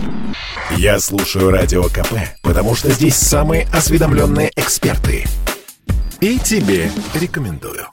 Я слушаю Радио КП, потому что здесь самые осведомленные эксперты. И тебе рекомендую.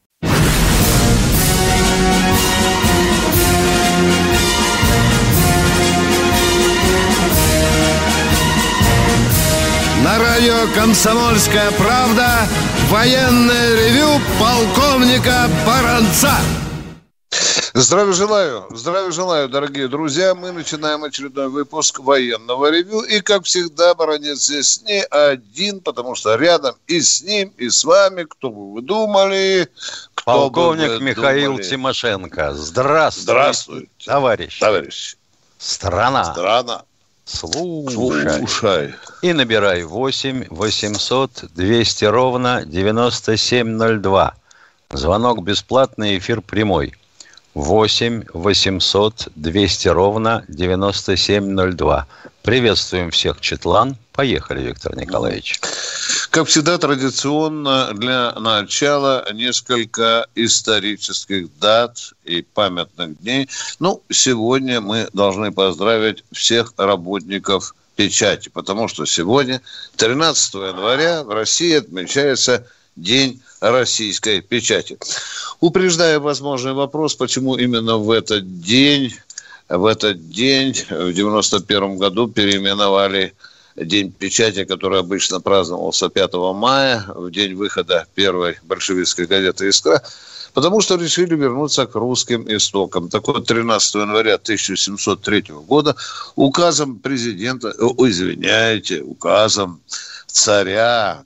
На радио «Комсомольская правда» военное ревю полковника Баранца. Здравия желаю, дорогие друзья. Мы начинаем очередной выпуск военного ревю. И, как всегда, Баранец здесь не один, потому что рядом и с ним, и с вами, кто бы вы думали, полковник Михаил Тимошенко. Здравствуйте, товарищ. Страна. Слушай. И набирай 8 800 200 ровно 9702. Звонок бесплатный, эфир прямой. 8 800 200 ровно 9702. Приветствуем всех, Четлан. Поехали, Виктор Николаевич. Как всегда, традиционно для начала несколько исторических дат и памятных дней. Сегодня мы должны поздравить всех работников печати, потому что сегодня, 13 января, в России отмечается День российской печати. Упреждая возможный вопрос, почему именно в этот день в 91 году переименовали День печати, который обычно праздновался 5 мая, в день выхода первой большевистской газеты «Искра», потому что решили вернуться к русским истокам. Так вот, 13 января 1703 года указом указом царя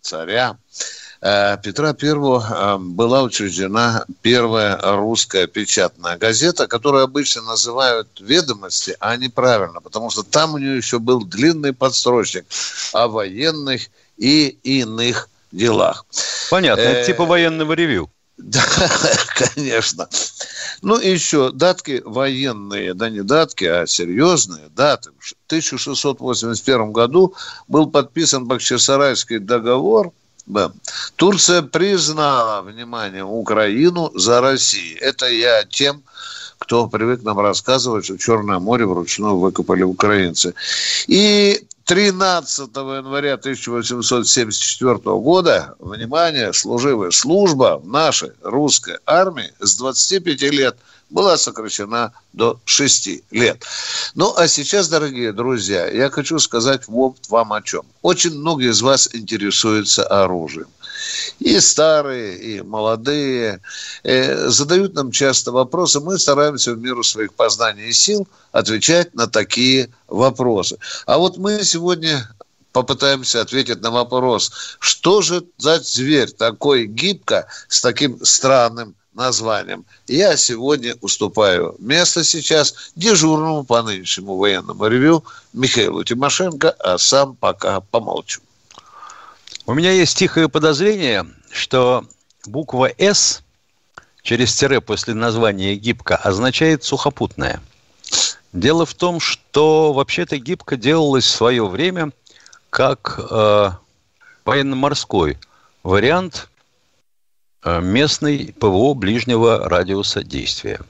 Петра I была учреждена первая русская печатная газета, которую обычно называют «Ведомости», а неправильно, потому что там у нее еще был длинный подстрочник о военных и иных делах. Понятно, это типа военного ревью. Да, конечно. Еще датки военные, да не датки, а серьезные даты. В 1681 году был подписан Бахчисарайский договор. Турция признала, внимание, Украину за Россию. Это я тем, кто привык нам рассказывать, что Черное море вручную выкопали украинцы. И 13 января 1874 года, внимание, служба в нашей русской армии с 25 лет была сокращена до 6 лет. А сейчас, дорогие друзья, я хочу сказать вам о чем. Очень многие из вас интересуются оружием. И старые, и молодые. Задают нам часто вопросы. Мы стараемся в меру своих познаний и сил отвечать на такие вопросы. А вот мы сегодня попытаемся ответить на вопрос, что же за зверь такой гибко с таким странным названием. Я сегодня уступаю место сейчас дежурному по нынешнему военному ревю Михаилу Тимошенко, а сам пока помолчу. У меня есть тихое подозрение, что буква «С» через тире после названия «гибко» означает «сухопутная». Дело в том, что вообще-то гибко делалось в свое время как военно-морской вариант местной ПВО ближнего радиуса действия.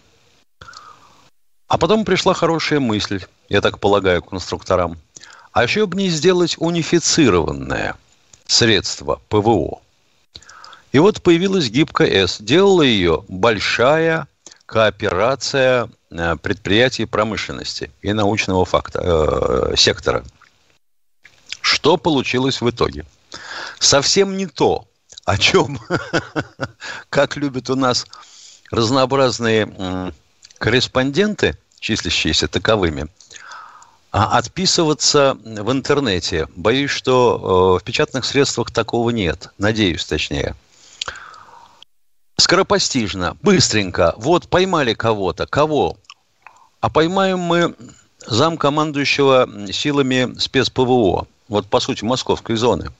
А потом пришла хорошая мысль, я так полагаю, конструкторам. А еще бы не сделать унифицированное средство ПВО. И вот появилась гибко-С. Делала ее большая кооперация предприятий промышленности и научного сектора. Что получилось в итоге? Совсем не то, о чем, как любят у нас разнообразные корреспонденты, числящиеся таковыми, отписываться в интернете. Боюсь, что в печатных средствах такого нет. Надеюсь, точнее. Скоропостижно, быстренько. Вот поймали кого-то. Кого? А поймаем мы замкомандующего силами спецПВО. Вот, по сути, московской зоны.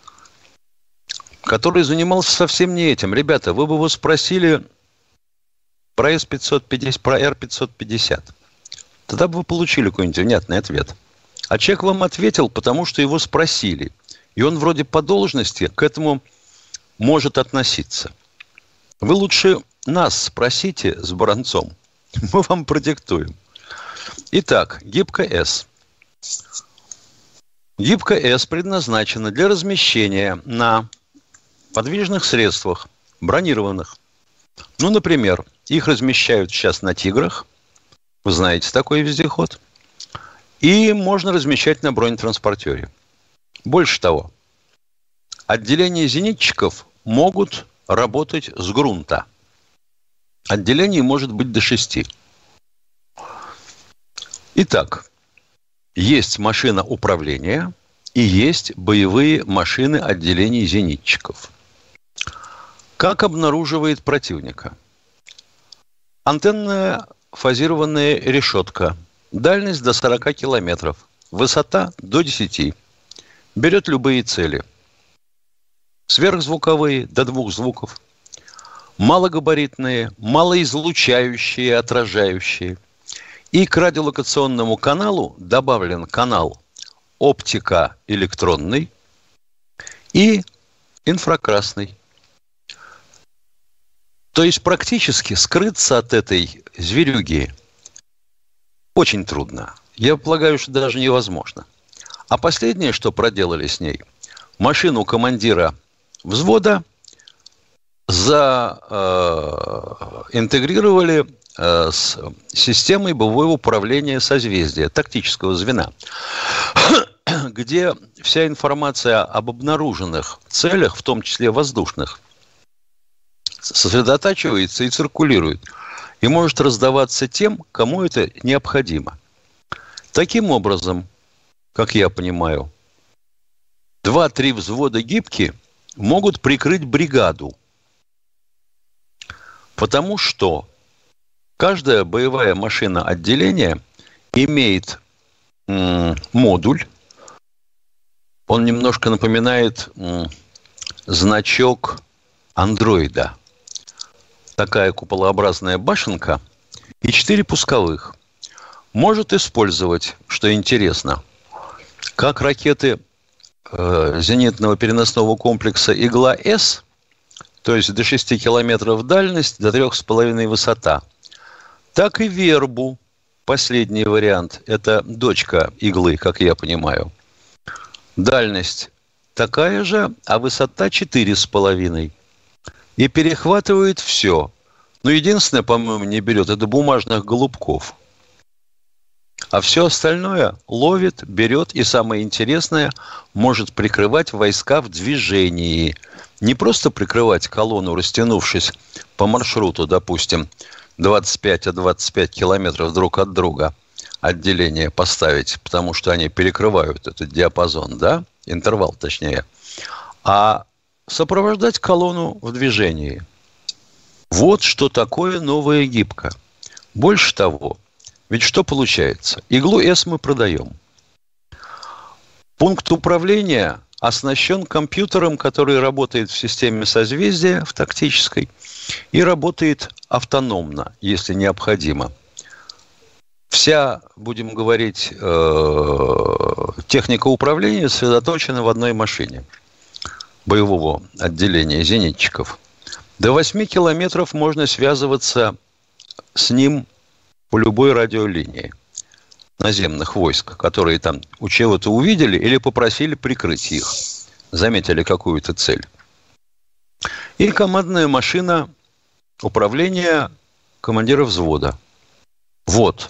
Который занимался совсем не этим. Ребята, вы бы его спросили про С-550, про Р-550. Тогда бы вы получили какой-нибудь внятный ответ. А человек вам ответил, потому что его спросили. И он вроде по должности к этому может относиться. Вы лучше нас спросите с Баранцом. Мы вам продиктуем. Итак, гибко-С. Гибка С предназначена для размещения на подвижных средствах, бронированных. Ну, например, их размещают сейчас на «Тиграх». Вы знаете такой вездеход. И можно размещать на бронетранспортере. Больше того, отделения зенитчиков могут работать с грунта. Отделений может быть до 6. Итак, есть машина управления и есть боевые машины отделений зенитчиков. Как обнаруживает противника? Антенная фазированная решетка. Дальность до 40 километров. Высота до 10. Берет любые цели. Сверхзвуковые до 2 звуков. Малогабаритные, малоизлучающие, отражающие. И к радиолокационному каналу добавлен канал оптика электронный и инфракрасный. То есть практически скрыться от этой зверюги очень трудно. Я полагаю, что даже невозможно. А последнее, что проделали с ней, машину командира взвода интегрировали с системой боевого управления созвездия, тактического звена, где вся информация об обнаруженных целях, в том числе воздушных, сосредотачивается и циркулирует, и может раздаваться тем, кому это необходимо. Таким образом, как я понимаю, 2-3 взвода гибки могут прикрыть бригаду, потому что каждая боевая машина отделения имеет модуль. Он немножко напоминает значок андроида. Такая куполообразная башенка и 4 пусковых. Может использовать, что интересно, как ракеты зенитного переносного комплекса «Игла-С», то есть до 6 километров дальность, до 3,5 высота, так и «Вербу», последний вариант, это дочка «Иглы», как я понимаю. Дальность такая же, а высота 4,5. И перехватывает все. Но единственное, по-моему, не берет, это бумажных голубков. А все остальное ловит, берет и, самое интересное, может прикрывать войска в движении. Не просто прикрывать колонну, растянувшись по маршруту, допустим, 25 километров друг от друга, отделение поставить, потому что они перекрывают этот диапазон, да, интервал точнее, а сопровождать колонну в движении. Вот что такое новая гибка. Больше того, ведь что получается? Иглу С мы продаем. Пункт управления оснащен компьютером, который работает в системе созвездия, в тактической, и работает автономно, если необходимо. Вся, будем говорить, техника управления сосредоточена в одной машине боевого отделения зенитчиков. До 8 километров можно связываться с ним по любой радиолинии наземных войск, которые там у чего-то увидели или попросили прикрыть их, заметили какую-то цель. И командная машина управления командира взвода. Вот.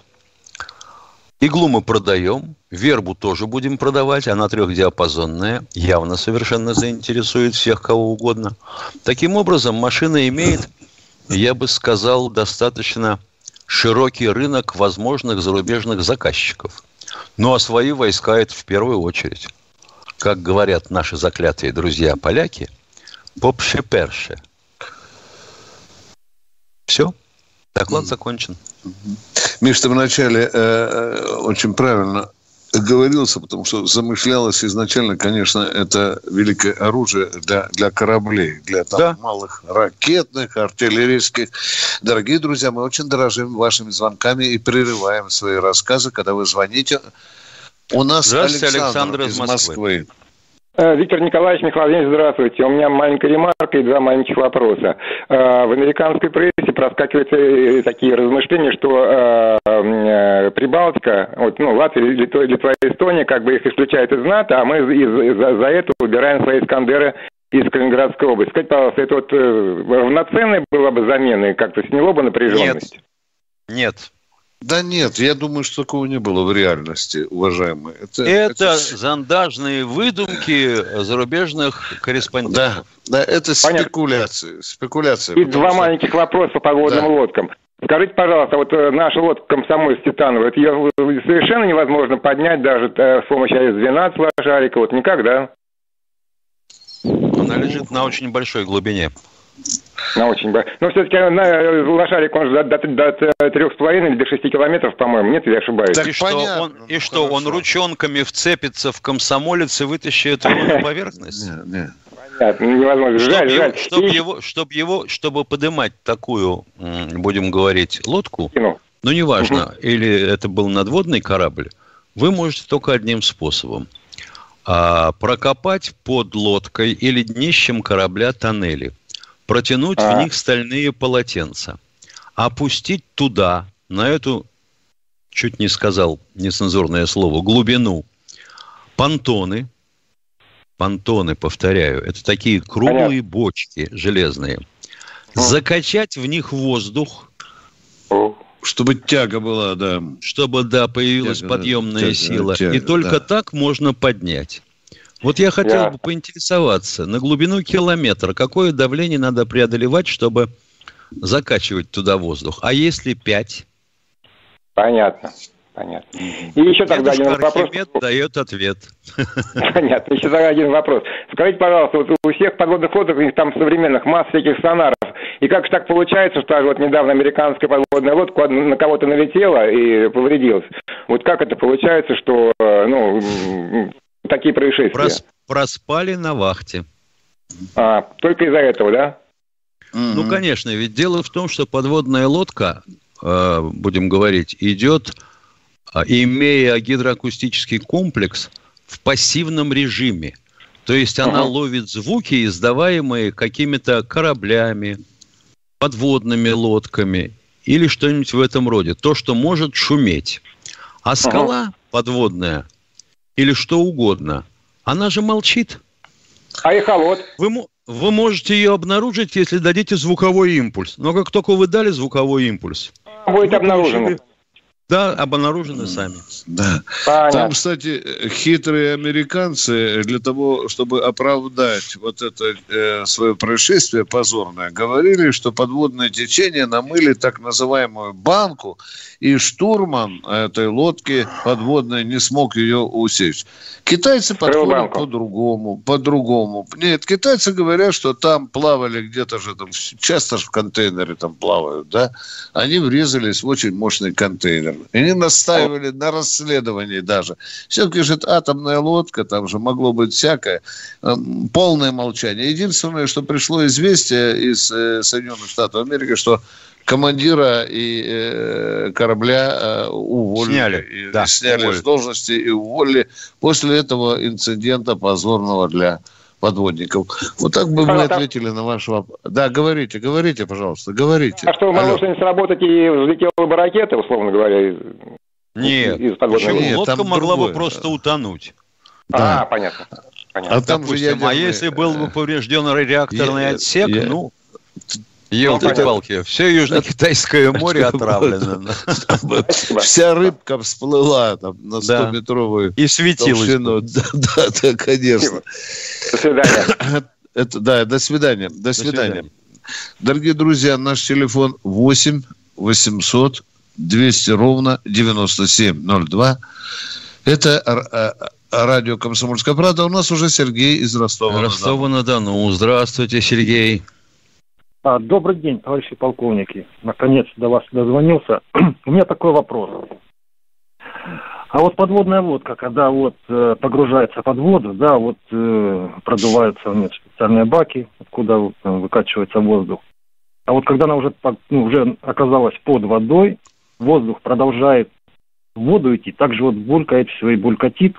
Иглу мы продаем, вербу тоже будем продавать, она 3-диапазонная, явно совершенно заинтересует всех, кого угодно. Таким образом, машина имеет, я бы сказал, достаточно широкий рынок возможных зарубежных заказчиков. Ну, а свои войска это в первую очередь. Как говорят наши заклятые друзья-поляки, попше-перше. Все. Доклад закончен. Миш, ты вначале очень правильно оговорился, потому что замышлялось изначально, конечно, это великое оружие для кораблей, для малых ракетных, артиллерийских. Дорогие друзья, мы очень дорожим вашими звонками и прерываем свои рассказы, когда вы звоните. У нас Александр из Москвы. Виктор Николаевич, Михаил Владимирович, здравствуйте. У меня маленькая ремарка и 2 маленьких вопроса. В американской прессе проскакивают такие размышления, что Прибалтика, Латвия, Литва и Эстония, как бы их исключают из НАТО, а мы за это убираем свои «Искандеры» из Калининградской области. Скажите, пожалуйста, это равноценная была бы замена и как-то сняло бы напряженность? Нет. Да нет, я думаю, что такого не было в реальности, уважаемые. Это зондажные выдумки зарубежных корреспондентов. Да, это спекуляции. И два маленьких вопроса по подводным лодкам. Скажите, пожалуйста, наша лодка «Комсомольск» Титанова, это ее совершенно невозможно поднять даже с помощью АС-12 лошарика, никак, да? Она лежит на очень большой глубине. Но все-таки лошарик, он же до 3,5 или до 6 километров, по-моему, нет, я ошибаюсь. И что, он ручонками вцепится в комсомолец и вытащит его на поверхность? Нет. Понятно, невозможно. Жаль. Чтобы поднимать такую, будем говорить, лодку, неважно, или это был надводный корабль, вы можете только одним способом. Прокопать под лодкой или днищем корабля тоннели, протянуть в них стальные полотенца, опустить туда, на эту, чуть не сказал нецензурное слово, глубину, понтоны, повторяю, это такие круглые бочки железные, закачать в них воздух, чтобы тяга была, да. Чтобы, появилась подъемная сила. И только так можно поднять. Я хотел бы поинтересоваться, на глубину километра какое давление надо преодолевать, чтобы закачивать туда воздух? А если 5? Понятно. И еще тогда один вопрос. Архимед дает ответ. Понятно. Еще тогда один вопрос. Скажите, пожалуйста, у всех подводных лодок, у них там современных масс всяких сонаров. И как же так получается, что недавно американская подводная лодка на кого-то налетела и повредилась? Как это получается, что такие происшествия? Проспали на вахте. Только из-за этого, да? Конечно, ведь дело в том, что подводная лодка, будем говорить, идет, имея гидроакустический комплекс в пассивном режиме. То есть она ловит звуки, издаваемые какими-то кораблями, подводными лодками или что-нибудь в этом роде. То, что может шуметь. А скала подводная или что угодно, она же молчит. А эхолот? Вы можете ее обнаружить, если дадите звуковой импульс. Но как только вы дали звуковой импульс... Будет обнаружено. Да, обнаружены сами. Да. Понятно. Там, кстати, хитрые американцы для того, чтобы оправдать это свое происшествие позорное, говорили, что подводное течение намыли так называемую банку, и штурман этой лодки подводной не смог ее усечь. Китайцы подходят по-другому. Нет, китайцы говорят, что там плавали где-то же, часто же в контейнере там плавают, да? Они врезались в очень мощный контейнер. Они настаивали на расследовании даже. Все-таки же атомная лодка, там же могло быть всякое. Полное молчание. Единственное, что пришло известие из Соединенных Штатов Америки, что командира и корабля уволили. Сняли с должности и уволили после этого инцидента позорного для подводников. Так бы мы ответили на ваш вопрос. Да, говорите, пожалуйста, говорите. А что, могло что-нибудь сработать и взлетела бы ракета, условно говоря? Нет, лодка могла бы просто утонуть. Да. Понятно. Допустим, если был бы поврежден реакторный отсек, елки-палки, все Южно-Китайское море отравлено. Вся рыбка всплыла на 100-метровую и светилась. Да, конечно. До свидания. До свидания. Дорогие друзья, наш телефон 8 800 200 ровно 9702. Это радио «Комсомольская правда». У нас уже Сергей из Ростова-на-Дону. Здравствуйте, Сергей. Добрый день, товарищи полковники. Наконец до вас дозвонился. У меня такой вопрос. А подводная лодка, когда погружается под воду, продуваются у нее специальные баки, откуда выкачивается воздух. А когда она уже оказалась под водой, воздух продолжает в воду идти, также булькает все и булькатит.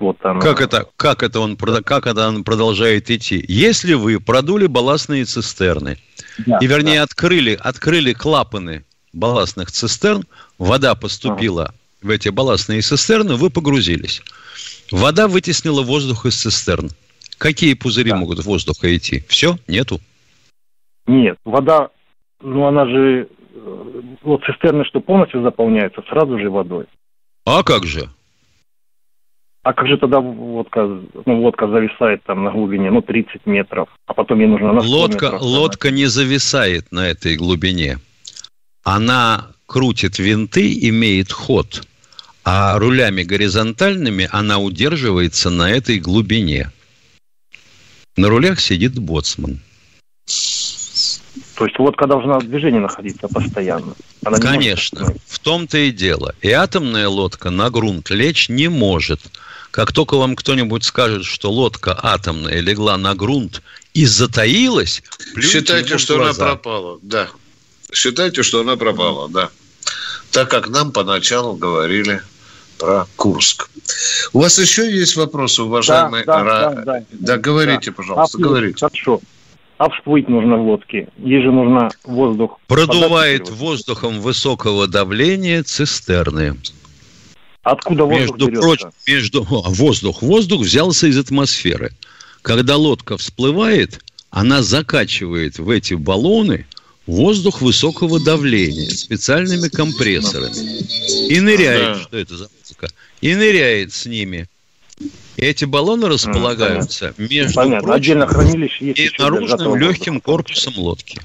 Как это он продолжает идти? Если вы продули балластные цистерны, и, вернее, открыли клапаны балластных цистерн, вода поступила в эти балластные цистерны, вы погрузились. Вода вытеснила воздух из цистерн. Какие пузыри могут в воздухе идти? Все? Нету? Нет, вода, она же, цистерны что, полностью заполняются сразу же водой? А как же? А как же тогда лодка зависает там на глубине, 30 метров, а потом ей нужно на 100 метров. Лодка не зависает на этой глубине. Она крутит винты, имеет ход, а рулями горизонтальными она удерживается на этой глубине. На рулях сидит боцман. То есть лодка должна в движении находиться постоянно? Конечно, в том-то и дело. И атомная лодка на грунт лечь не может. Как только вам кто-нибудь скажет, что лодка атомная легла на грунт и затаилась, считайте, что она пропала. Да. Считайте, что она пропала, да. Так как нам поначалу говорили про Курск. У вас еще есть вопросы, уважаемые? Да, говорите, пожалуйста, говорите. Хорошо. А всплыть нужно в лодке. Ей же нужно воздух. Продувает воздухом высокого давления цистерны. Откуда воздух берется? Воздух взялся из атмосферы. Когда лодка всплывает, она закачивает в эти баллоны воздух высокого давления специальными компрессорами. И ныряет, что это за музыка? И ныряет с ними. И эти баллоны располагаются между прочим и наружным легким корпусом лодки.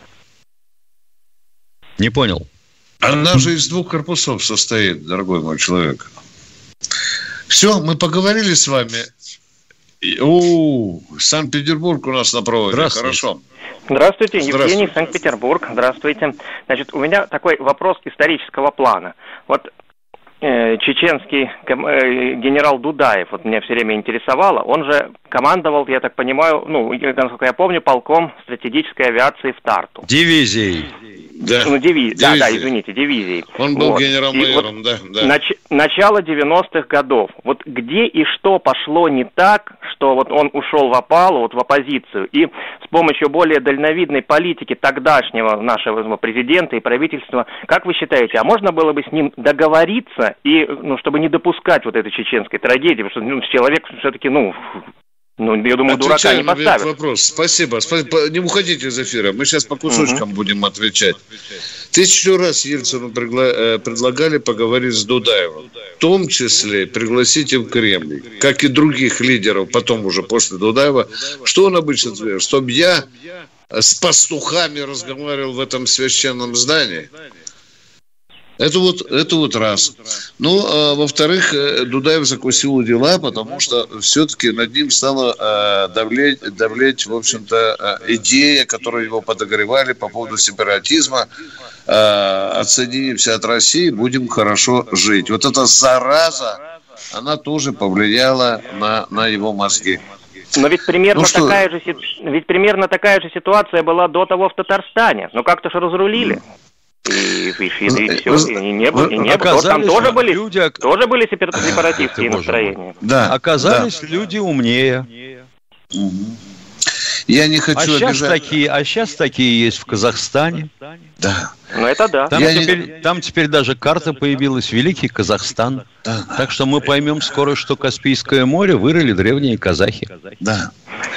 Не понял? Она же из 2 корпусов состоит, дорогой мой человек. Все, мы поговорили с вами. Санкт-Петербург у нас на проводе. Хорошо. Здравствуйте, Евгений, Санкт-Петербург. Здравствуйте. Значит, у меня такой вопрос исторического плана. Чеченский генерал Дудаев, меня все время интересовало, он же командовал, я так понимаю, насколько я помню, полком стратегической авиации в Тарту. Дивизией. Дивизией. Он был генерал-майором, да. Начало 90-х годов. Где и что пошло не так, что он ушел в опалу, в оппозицию, и с помощью более дальновидной политики тогдашнего нашего президента и правительства, как вы считаете, а можно было бы с ним договориться, и, чтобы не допускать этой чеченской трагедии, потому что человек все-таки, я думаю, дурака не поставят. Вопрос. Спасибо. Не уходите из эфира. Мы сейчас по кусочкам будем отвечать. 1000 раз Ельцину предлагали поговорить с Дудаевым. В том числе пригласить в Кремль. Как и других лидеров, потом уже после Дудаева. Что он обычно говорил? Чтобы я с пастухами разговаривал в этом священном здании. Это раз. Во-вторых, Дудаев закусил дела, потому что все-таки над ним стала давлеть, в общем-то, идея, которую его подогревали по поводу сепаратизма. Отсоединимся от России, будем хорошо жить. Эта зараза, она тоже повлияла на его мозги. Но ведь примерно такая же ситуация была до того в Татарстане. Как-то же разрулили. И не было. Там тоже были сепаратистские настроения. Да. Оказались люди умнее. Я не хочу обижать. Сейчас такие есть в Казахстане. Да. Это да. Там теперь даже карта появилась, Великий Казахстан. Да. Так что мы поймем скоро, что Каспийское море вырыли древние казахи. Да.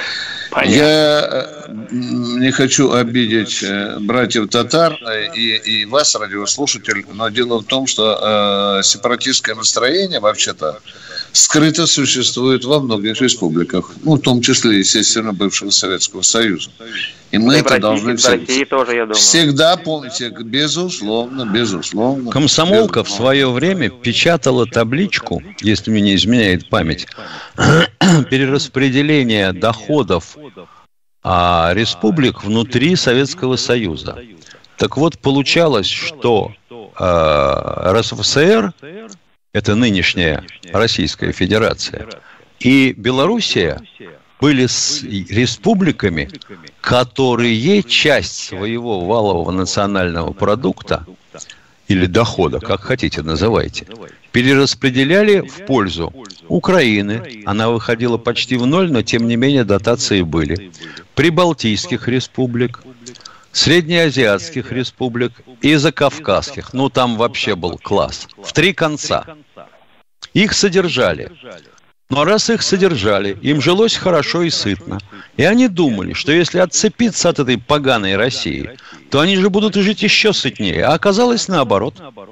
Я не хочу обидеть братьев татар и вас, радиослушатель, но дело в том, что сепаратистское настроение вообще-то скрыто существует во многих республиках, в том числе, естественно, бывшего Советского Союза. И мы это должны всегда помнить, безусловно. Комсомолка в свое время печатала табличку, если мне не изменяет память, перераспределение доходов республик внутри Советского Союза. Так вот, получалось, что РСФСР, это нынешняя Российская Федерация, и Белоруссия были с республиками, которые часть своего валового национального продукта или дохода, как хотите называйте, перераспределяли в пользу Украины. Она выходила почти в ноль, но тем не менее дотации были. Прибалтийских республик, среднеазиатских республик и закавказских. Ну, там вообще был класс. В 3 конца. Их содержали. Но раз их содержали, им жилось хорошо и сытно. И они думали, что если отцепиться от этой поганой России, то они же будут жить еще сытнее. А оказалось наоборот.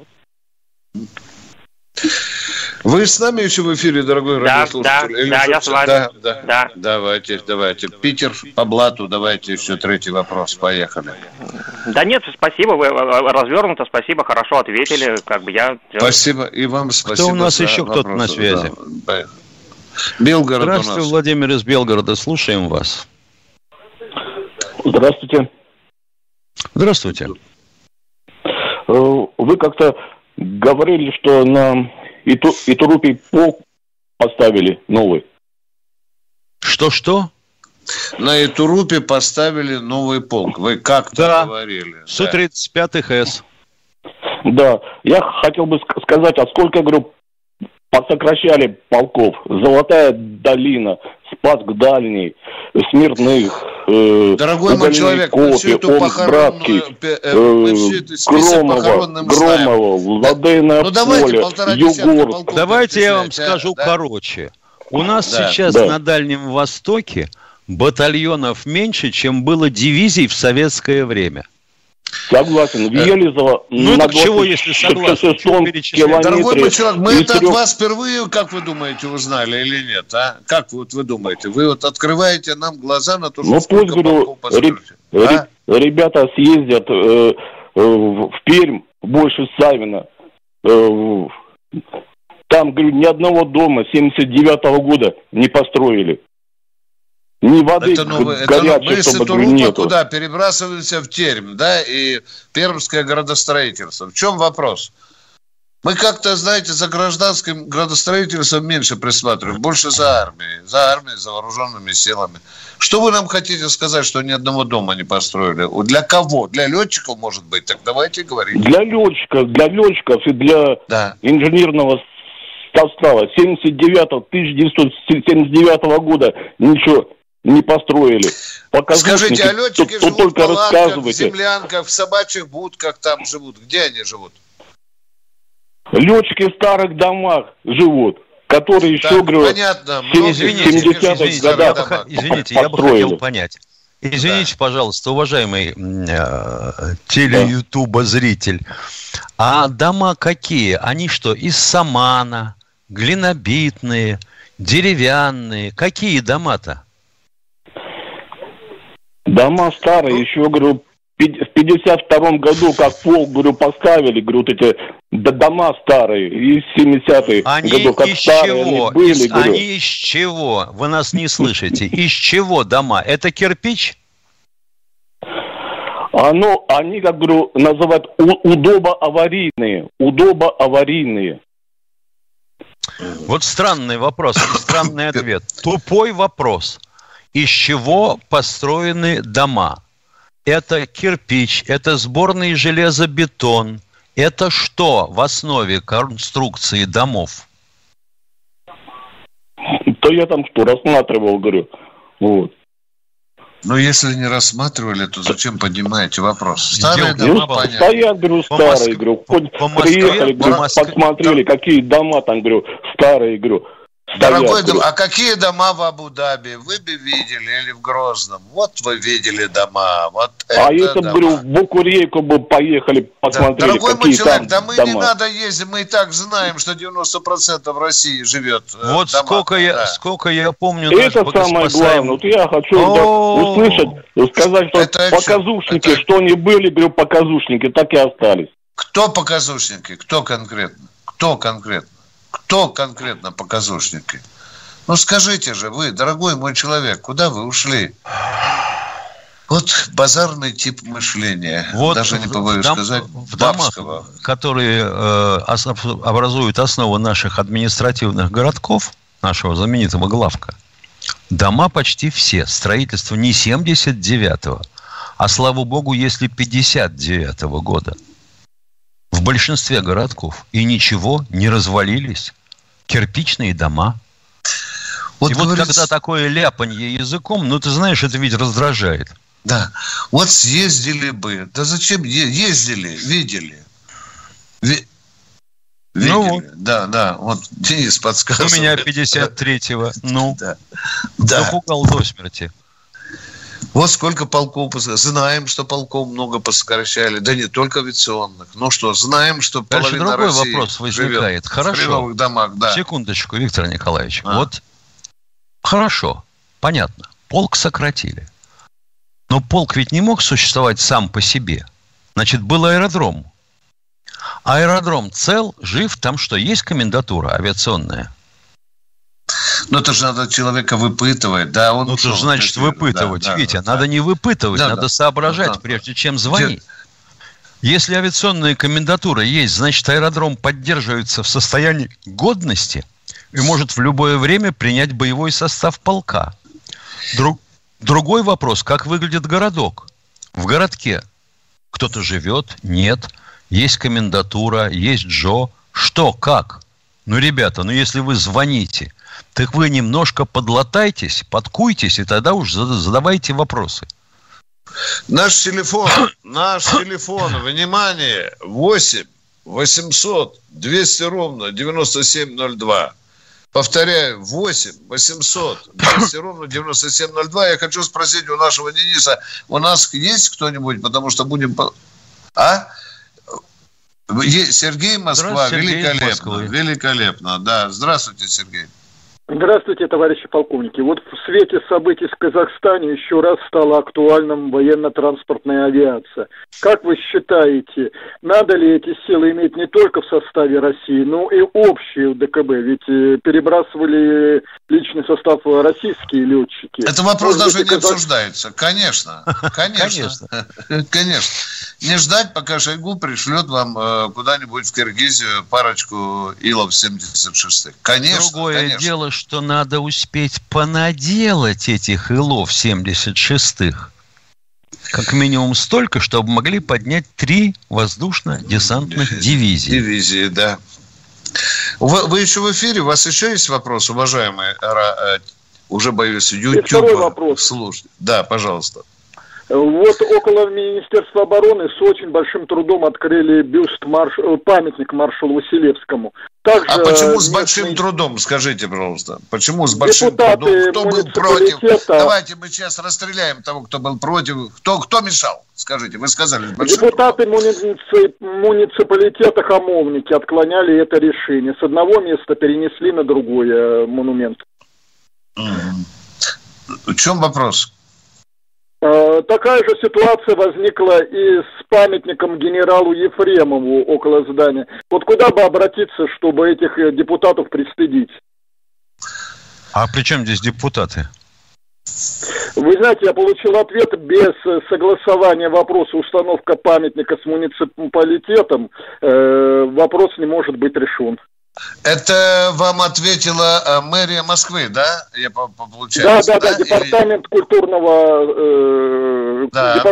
Вы с нами еще в эфире, дорогой радиослушатель? Да, я с вами. Да. Давайте. Питер по блату, давайте еще третий вопрос. Поехали. Да нет, спасибо, вы развернуто, спасибо, хорошо ответили. Спасибо, и вам спасибо. Кто у нас еще кто-то на связи? Да. Белгород. Здравствуйте, у нас. Владимир из Белгорода, слушаем вас. Здравствуйте. Здравствуйте. Вы как-то говорили, что на Итурупий полк поставили новый. Что? На Итурупе поставили новый полк. Вы как-то говорили. Су-35С. Да. Я хотел бы сказать, а сколько, говорю, посокращали полков? Золотая долина, Спасск Дальний, Смирных, дорогой мой человек, мы всю эту похоронную, Громово, Владейное поле, Югорск. Давайте я вам скажу короче. У нас сейчас на Дальнем Востоке батальонов меньше, чем было дивизий в советское время. Согласен. Елизово так чего, если согласен? Дорогой мой человек, мы это от вас впервые, как вы думаете, узнали или нет? А? Как вы думаете? Вы открываете нам глаза на то, что сколько полков построите? Ребята съездят в Пермь, больше Савина. Там, говорю, ни одного дома 79-го года не построили. Ни воды горячей, мы с Итурупа куда? Перебрасываемся в Термь, да, и Пермское градостроительство. В чем вопрос? Мы как-то, знаете, за гражданским градостроительством меньше присматриваем, больше за армией, за вооруженными силами. Что вы нам хотите сказать, что ни одного дома не построили? Для кого? Для летчиков, может быть? Так давайте говорить. Для летчиков и для инженерного состава 1979 года ничего не построили. Скажите, а летчики живут в палатках, в землянках, в собачьих будках там живут? Где они живут? Летчики в старых домах живут, которые еще, говорю, понятно, в 70-х годах Извините, я бы хотел понять. Извините, пожалуйста, уважаемый теле-ютуба-зритель. А дома какие? Они что, из самана, глинобитные, деревянные? Какие дома-то? Дома старые, еще, говорю, в 52-м году, как полк, говорю, поставили, говорю, вот эти дома старые, из 70-х годов, как старые они были. Они из чего? Вы нас не слышите. Из чего дома? Это кирпич? Они, как говорю, называют удобоаварийные. Вот странный вопрос и странный ответ. Тупой вопрос. Из чего построены дома? Это кирпич, это сборный железобетон. Это что в основе конструкции домов? То я там что, рассматривал, говорю. Вот. Но если не рассматривали, то зачем поднимаете вопрос? Старые дома, понятно. Стоят, говорю, старые, говорю. Приехали, говорю, посмотрели, какие дома там, говорю, старые, говорю. Дорогой дом, а какие дома в Абу-Даби? Вы бы видели, или в Грозном? Вот вы видели дома. Вот это если бы, говорю, в Букурейку бы поехали, посмотрели, дорогой какие мой человек, там да мы дома. Не надо ездить, мы и так знаем, что 90% России живет вот дома. Сколько я помню... Это самое главное. Вот я хочу услышать, сказать, что показушники, что они были, говорю, показушники, так и остались. Кто показушники? Кто конкретно? Кто конкретно показушники? Ну, скажите же вы, дорогой мой человек, куда вы ушли? Вот базарный тип мышления. Вот даже не побоюсь сказать, в домах, которые образуют основу наших административных городков, нашего знаменитого главка, дома почти все. Строительство не 79-го, а, слава богу, если 59-го года. В большинстве городков. И ничего, не развалились. Кирпичные дома. Вот, когда такое ляпанье языком, ну, ты знаешь, это ведь раздражает. Да. Вот съездили бы. Да зачем ездили? Видели. Видели. Ну, да. Вот Денис подсказывает. У меня 53-го. Ну, да. Запугал до смерти. Вот сколько полков. Знаем, что полков много посокращали. Да не только авиационных. Ну что, знаем, что дальше половина другой России вопрос возникает. Хорошо. В фриловых домах, да. Секундочку, Виктор Николаевич. Вот хорошо, понятно. Полк сократили. Но полк ведь не мог существовать сам по себе. Значит, был аэродром. Аэродром цел, жив, там что, есть комендатура авиационная? Ну, это же надо человека выпытывать, да? Он это же значит выпытывать, да, Витя. Да, надо не выпытывать, надо соображать, прежде чем звонить. Если авиационная комендатура есть, значит, аэродром поддерживается в состоянии годности и может в любое время принять боевой состав полка. Другой вопрос, как выглядит городок? В городке кто-то живет? Нет. Есть комендатура, есть ДЖО. Что, как? Ну, ребята, если вы звоните, так вы немножко подлатайтесь, подкуйтесь, и тогда уж задавайте вопросы. Наш телефон, внимание, 8 800 200 ровно 9702. Повторяю, 8 800 200 ровно 9702. Я хочу спросить у нашего Дениса, у нас есть кто-нибудь, потому что будем... Сергей, Москва, великолепно. Да, здравствуйте, Сергей. Здравствуйте, товарищи полковники. Вот в свете событий в Казахстане еще раз стала актуальным военно-транспортная авиация. Как вы считаете, надо ли эти силы иметь не только в составе России, но и общие в ДКБ? Ведь перебрасывали личный состав российские летчики. Это вопрос даже не обсуждается. Конечно. Не ждать, пока Шойгу пришлет вам куда-нибудь в Киргизию парочку Илов-76. Конечно. Другое дело, что надо успеть понаделать этих Илов-76. Как минимум столько, чтобы могли поднять 3 воздушно-десантных дивизии. Дивизии, да. Вы еще в эфире? У вас еще есть вопрос, уважаемые? Уже боюсь, YouTube. Второй вопрос. Слушайте. Да, пожалуйста. Вот около Министерства обороны с очень большим трудом открыли памятник маршалу Василевскому. Также почему с большим трудом, скажите, пожалуйста? Почему с большим трудом? Кто был против? Давайте мы сейчас расстреляем того, кто был против. Кто мешал? Скажите, вы сказали, с большим депутаты муниципалитета Хамовники отклоняли это решение. С одного места перенесли на другой монумент. В чем вопрос? Такая же ситуация возникла и с памятником генералу Ефремову около здания. Вот куда бы обратиться, чтобы этих депутатов пристыдить? А при чем здесь депутаты? Вы знаете, я получил ответ: без согласования вопроса установка памятника с муниципалитетом вопрос не может быть решен. Это вам ответила мэрия Москвы, да? Да, департамент культурного...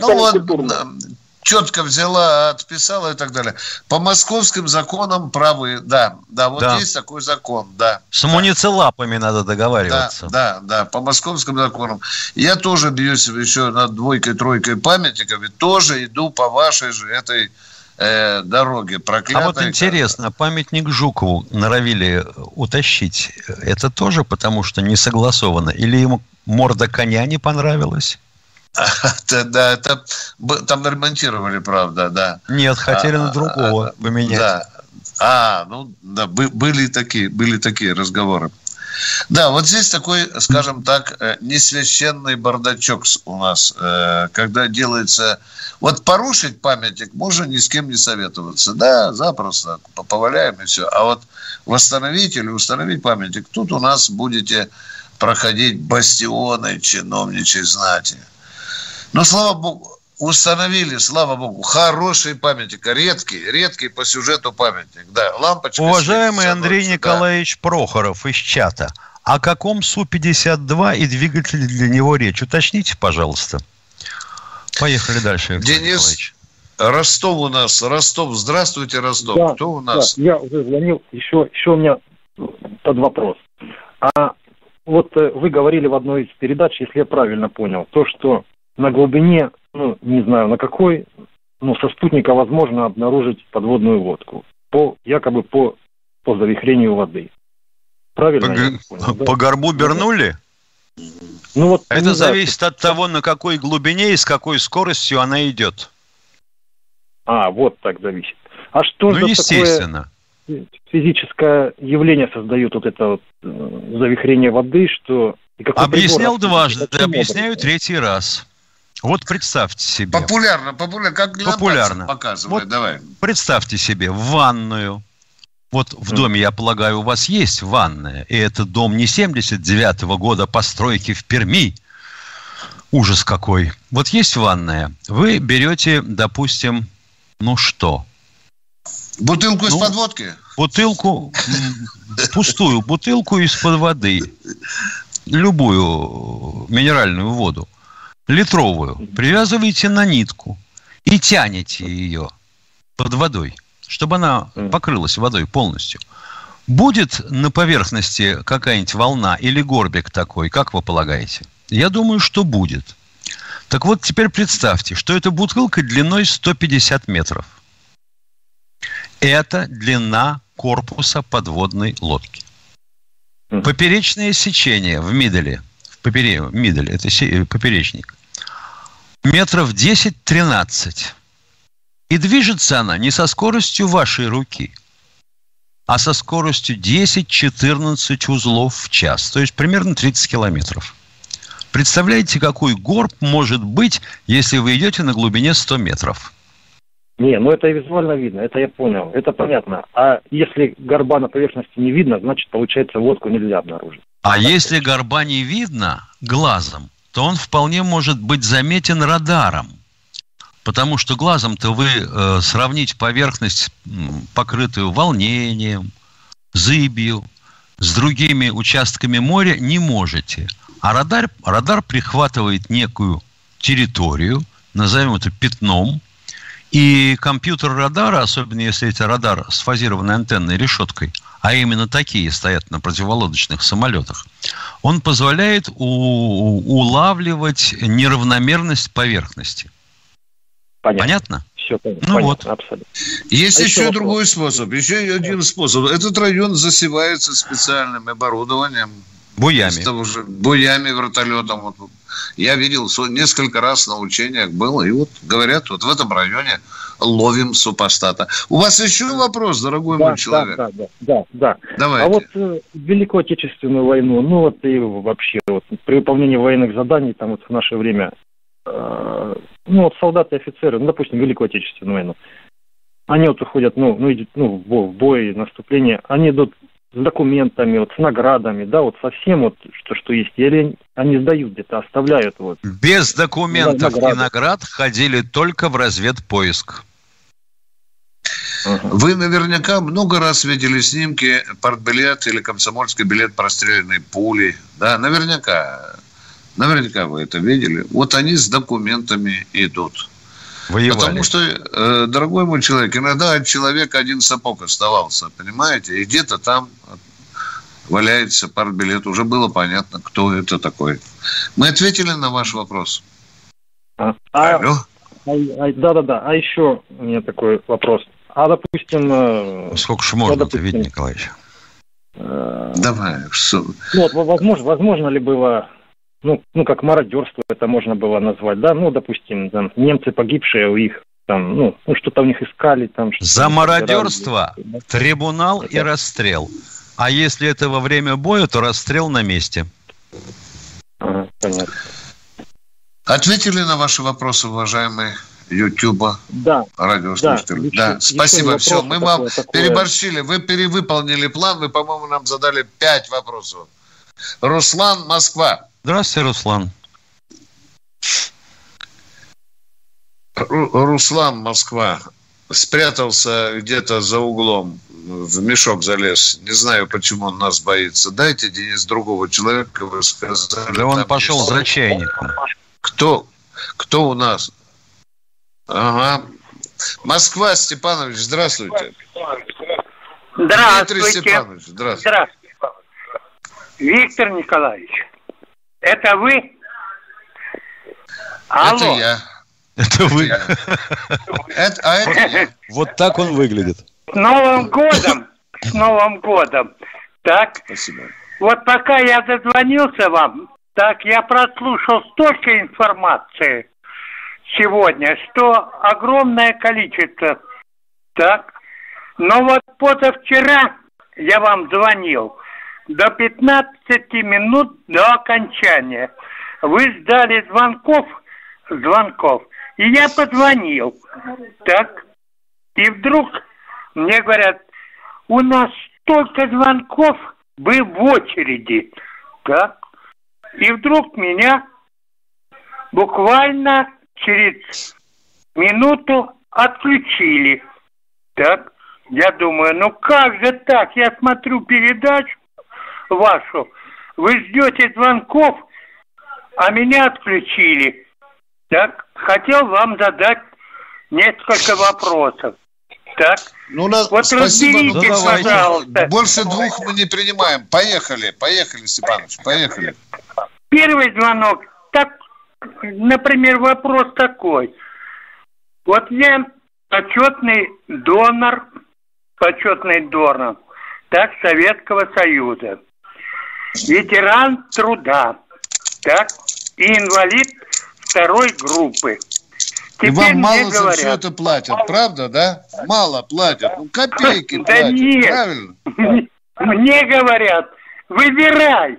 четко взяла, отписала и так далее. По московским законам правы, да, есть такой закон, да. С муницилапами надо договариваться. Да, по московским законам. Я тоже бьюсь еще над 2-3 памятников, и тоже иду по вашей же этой дороге проклятой. А вот интересно, памятник Жукову норовили утащить. Это тоже потому, что не согласовано? Или ему морда коня не понравилась? Да, это там ремонтировали, правда, да. Нет, хотели на другого поменять. Были такие разговоры. Да, вот здесь такой, скажем так, несвященный бардачок у нас, когда делается... Вот порушить памятник можно ни с кем не советоваться. Да, запросто, поваляем и все. А вот восстановить или установить памятник, тут у нас будете проходить бастионы чиновничьей знати. Но, слава богу, установили, слава богу, хороший памятник, редкий по сюжету памятник. Да, лампочка. Уважаемый Андрей Николаевич Прохоров из чата, о каком Су-52 и двигателе для него речь? Уточните, пожалуйста. Поехали дальше, Виктор Денис Николаевич. Ростов у нас. Здравствуйте, Ростов. Да, кто у нас? Да, я уже звонил. Еще у меня под вопрос. Вот вы говорили в одной из передач, если я правильно понял, то, что на глубине, ну, не знаю на какой, ну, со спутника возможно обнаружить подводную лодку. Якобы по завихрению воды. Правильно? По горбу бернули? Ну, вот, это зависит от того, на какой глубине и с какой скоростью она идет. Вот так зависит. А что же естественно. Такое физическое явление создает вот это вот завихрение воды, что... Объяснял дважды, объясняю третий раз. Вот представьте себе. Популярно, как популярно. Показывай, вот давай. Представьте себе ванную. Вот в доме, я полагаю, у вас есть ванная. И это дом не 79-го года постройки в Перми. Ужас какой. Вот есть ванная. Вы берете, допустим, бутылку из-под водки? Бутылку, пустую бутылку из-под воды. Любую минеральную воду. Литровую. Привязываете на нитку и тянете ее под водой, чтобы она покрылась водой полностью. Будет на поверхности какая-нибудь волна или горбик такой, как вы полагаете? Я думаю, что будет. Так вот, теперь представьте, что эта бутылка длиной 150 метров. Это длина корпуса подводной лодки. Поперечное сечение в миделе, мидель, это поперечник, метров 10-13. И движется она не со скоростью вашей руки, а со скоростью 10-14 узлов в час. То есть примерно 30 километров. Представляете, какой горб может быть, если вы идете на глубине 100 метров? Не, это визуально видно, это я понял, это понятно. А если горба на поверхности не видно, значит, получается, лодку нельзя обнаружить. А если горба не видно глазом, то он вполне может быть заметен радаром. Потому что глазом-то вы сравнить поверхность, покрытую волнением, зыбью, с другими участками моря не можете. А радар прихватывает некую территорию, назовем это пятном, и компьютер радара, особенно если это радар с фазированной антенной решеткой, а именно такие стоят на противолодочных самолетах, он позволяет улавливать неравномерность поверхности. Понятно? Все понятно. Вот. Абсолютно. Есть еще другой способ. Еще один способ. Этот район засевается специальным оборудованием. Буями, вертолетом. Вот. Я видел, несколько раз на учениях был. И вот говорят, вот в этом районе ловим супостата. У вас еще вопрос, дорогой мой человек? Да. Давайте. А вот Великую Отечественную войну, и вообще при выполнении военных заданий, там в наше время, солдаты и офицеры, допустим, Великую Отечественную войну, они уходят, в бой, наступление, они идут с документами, с наградами, со всем, что есть, или они сдают где-то, оставляют. Без документов и наград ходили только в разведпоиск. Вы наверняка много раз видели снимки партбилет или комсомольский билет простреленной пулей. Да, наверняка вы это видели. Вот они с документами идут. Воевали. Потому что, дорогой мой человек, иногда от человека один сапог оставался, понимаете? И где-то там валяется партбилет. Уже было понятно, кто это такой. Мы ответили на ваш вопрос. Алло? Да. А еще у меня такой вопрос. А, допустим... Сколько же можно-то, Виталий Николаевич? Давай. Возможно ли было... как мародерство это можно было назвать, да? Допустим, там, немцы погибшие, у их там, что-то у них искали. Там, за мародерство трибунал и расстрел. А если это во время боя, то расстрел на месте. Понятно. Ответили на ваши вопросы, уважаемые Ютуба, радиослушатели? Да, спасибо. Все, мы вам переборщили. Вы перевыполнили план. Вы, по-моему, нам задали 5 вопросов. Руслан, Москва. Здравствуйте, Руслан. Руслан, Москва. Спрятался где-то за углом, в мешок залез. Не знаю, почему он нас боится. Дайте, Денис, другого человека, вы сказали. Да он пошел есть... за чайником. Кто у нас? Ага. Москва, Степанович, здравствуйте. Здравствуйте. Дмитрий Степанович, здравствуйте. Виктор Николаевич, это вы? Алло. Это я. Это вы. Это я. Вот так он выглядит. С Новым годом! С Новым годом! Так, Спасибо. вот пока я дозвонился вам, так, я прослушал столько информации сегодня, что огромное количество. Так, но вот позавчера я вам звонил до 15 минут до окончания. Вы ждали звонков, и я позвонил. Так, и вдруг мне говорят, у нас столько звонков, вы в очереди. Так, и вдруг меня буквально через минуту отключили. Так, я думаю, ну как же так? Я смотрю передачу вашу, вы ждете звонков, а меня отключили. Так, хотел вам задать несколько вопросов. Так, ну, вот спасибо, разберите, пожалуйста. Больше двух мы не принимаем. Поехали, Степанович, поехали. Первый звонок, так, например, вопрос такой. Вот я почетный донор, так, Советского Союза, ветеран труда, так, и инвалид второй группы. И вам мало за все это платят, правда, да? Мало платят, ну копейки платят, нет, правильно? Мне говорят, выбирай,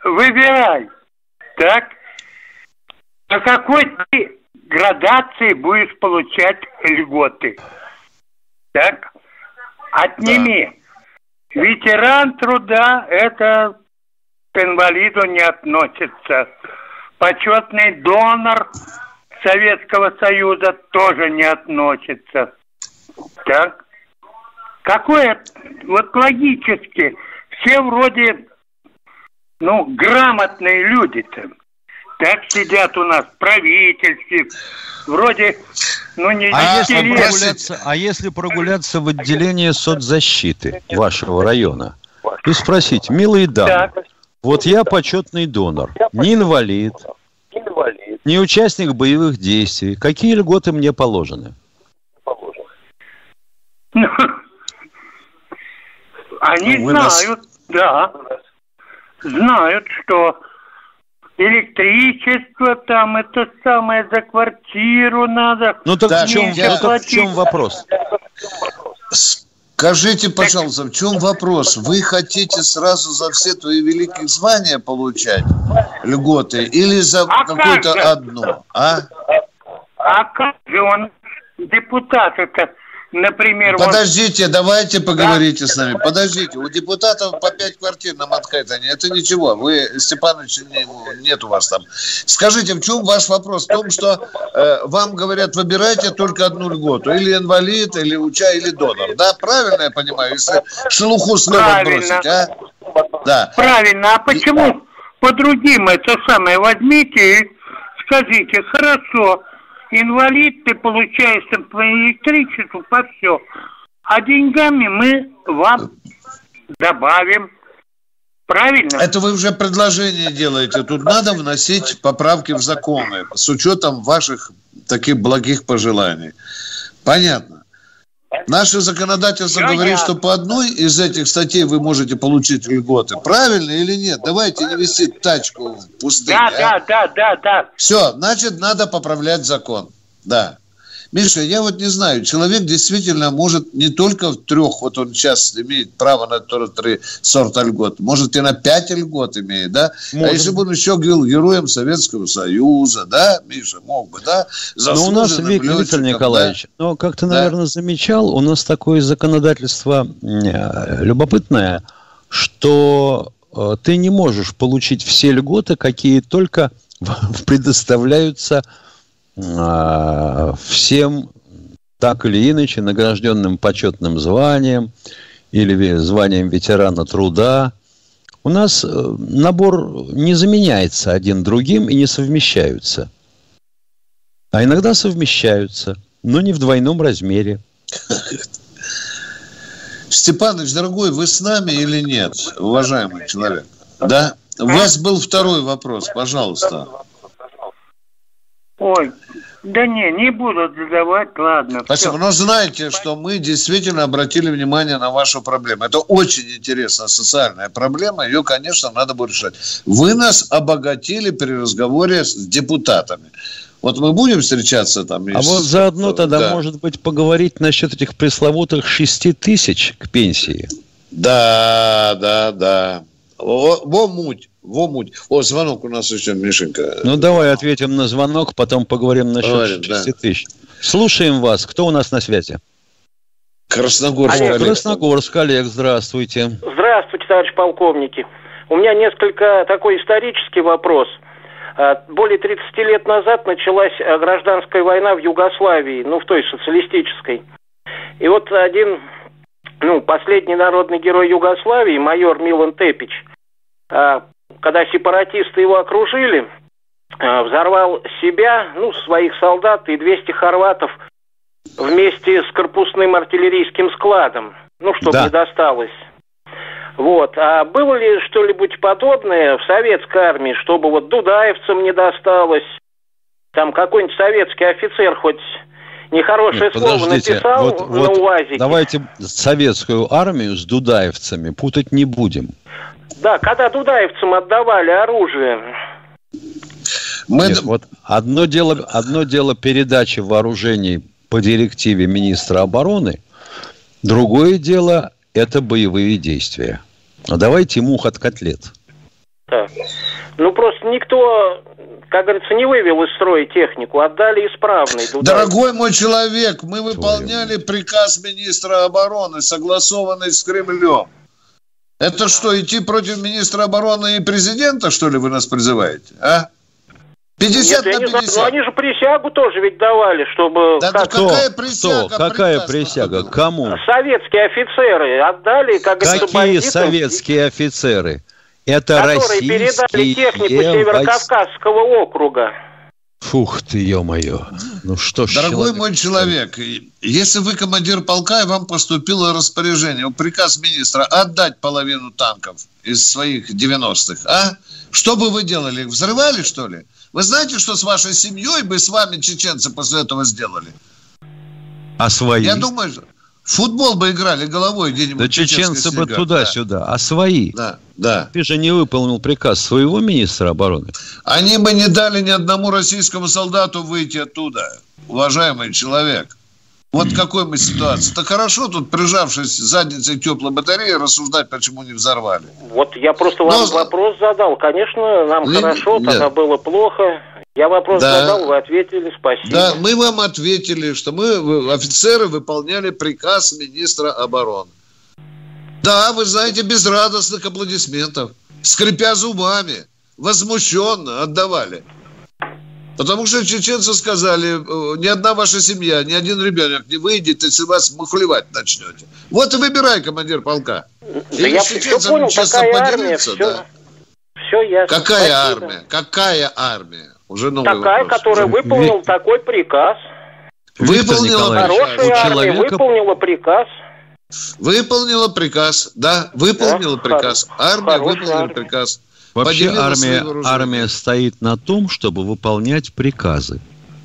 так, по какой ты градации будешь получать льготы, так, отними. Да. Ветеран труда, это к инвалиду не относится. Почетный донор Советского Союза тоже не относится. Так? Какое, вот логически, все вроде, ну, грамотные люди-то. Так сидят у нас в правительстве, вроде, ну, не если прогуляться в отделение соцзащиты вашего района и спросить, милые дамы, так. Вот я почетный донор, не инвалид, не участник боевых действий. Какие льготы мне положены? Они знают, да. Знают, что электричество там, это самое, за квартиру надо. Ну так в чем вопрос? Скажите, пожалуйста, в чем вопрос? Вы хотите сразу за все твои великие звания получать льготы или за какое-то одно? А как же он, депутат это, например... Подождите, давайте поговорите с нами. Подождите, у депутатов по 5 квартир на Манхэттене. Это ничего. Вы, Степанович, нет у вас там. Скажите, в чем ваш вопрос? В том, что вам говорят, выбирайте только одну льготу. Или инвалид, или или донор. Да, правильно я понимаю? Если шелуху с неба бросить, а? Да. Правильно. А почему по другим это самое возьмите и скажите, хорошо, инвалид, ты получаешь по электричеству, по все. А деньгами мы вам добавим. Правильно? Это вы уже предложение делаете. Тут надо вносить поправки в законы с учетом ваших таких благих пожеланий. Понятно. Наше законодательство говорит, что по одной из этих статей вы можете получить льготы. Правильно или нет? Давайте не вести тачку в пустыне. Да. Все, значит, надо поправлять закон. Да. Миша, я вот не знаю, человек действительно может не только в 3, вот он сейчас имеет право на 3 сорта льгот, может и на 5 льгот имеет, да? Может. А если бы он еще был героем Советского Союза, да, Миша, мог бы, да? Но у нас, Виктор Николаевич, да? Как ты, наверное, замечал, у нас такое законодательство любопытное, что ты не можешь получить все льготы, какие только предоставляются всем так или иначе награжденным почетным званием или званием ветерана труда. У нас набор не заменяется один другим и не совмещаются. А иногда совмещаются, но не в двойном размере. Степанович, дорогой, вы с нами или нет, уважаемый человек? Да? У вас был второй вопрос, пожалуйста. У Ой, да не буду задавать, ладно. Спасибо. Все. Но знаете, что мы действительно обратили внимание на вашу проблему. Это очень интересная социальная проблема. Ее, конечно, надо будет решать. Вы нас обогатили при разговоре с депутатами. Вот мы будем встречаться там. А вот заодно тогда, может быть, поговорить насчет этих пресловутых 6 тысяч к пенсии. Да. Во муть. О, звонок у нас еще, Мишенька. Ну, давай ответим на звонок, потом поговорим насчет 6 тысяч. Слушаем вас. Кто у нас на связи? Красногорск. Красногорск, Олег, здравствуйте. Здравствуйте, товарищ полковники. У меня несколько такой исторический вопрос. Более 30 лет назад началась гражданская война в Югославии, в той социалистической. И вот один, последний народный герой Югославии, майор Милан Тепич, когда сепаратисты его окружили, взорвал себя, своих солдат и 200 хорватов вместе с корпусным артиллерийским складом, чтобы не досталось. Вот. А было ли что-нибудь подобное в советской армии, чтобы вот дудаевцам не досталось, там какой-нибудь советский офицер хоть нехорошее слово написал на УАЗике? Давайте советскую армию с дудаевцами путать не будем. Да, когда дудаевцам отдавали оружие. Нет, вот одно дело передачи вооружений по директиве министра обороны, другое дело это боевые действия. А давайте мух от котлет. Так. Просто никто, как говорится, не вывел из строя технику, отдали исправный. Дорогой мой человек, мы выполняли приказ министра обороны, согласованный с Кремлем. Это что, идти против министра обороны и президента, что ли, вы нас призываете, а? 50 на 50. Но они же присягу тоже ведь давали, чтобы... Да, какая присяга? Какая присяга? Кому? Советские офицеры отдали, как говорится, бандитам. Какие советские офицеры? Это российские... Которые передали технику Северокавказского округа. Фух ты, ё-моё. Что ж, дорогой мой человек, если вы командир полка, и вам поступило распоряжение, приказ министра отдать половину танков из своих 90-х, а? Что бы вы делали? Их взрывали, что ли? Вы знаете, что с вашей семьей бы с вами чеченцы после этого сделали? А свои? Я думаю, в футбол бы играли головой где-нибудь. Да чеченцы бы туда-сюда. Да. А свои? Да. Ты же не выполнил приказ своего министра обороны. Они бы не дали ни одному российскому солдату выйти оттуда, уважаемый человек. Вот какой мы ситуации. Так хорошо тут, прижавшись задницей к теплой батарее, рассуждать, почему не взорвали. Вот я просто вам вопрос задал. Конечно, нам хорошо, тогда было плохо. Я вопрос задал, вы ответили, спасибо. Да, мы вам ответили, что мы, офицеры, выполняли приказ министра обороны. Да, вы знаете, без радостных аплодисментов, скрипя зубами, возмущенно отдавали. Потому что чеченцы сказали, ни одна ваша семья, ни один ребенок не выйдет, если вас мухлевать начнете. Вот и выбирай, командир полка. Да я все понял, какая армия, все ясно. Какая армия? Уже новый такая, вопрос. Которая выполнила такой приказ. Хорошая армия выполнила приказ. Выполнила приказ, да, выполнила приказ. Армия выполнила приказ. Вообще армия стоит на том, чтобы выполнять приказы.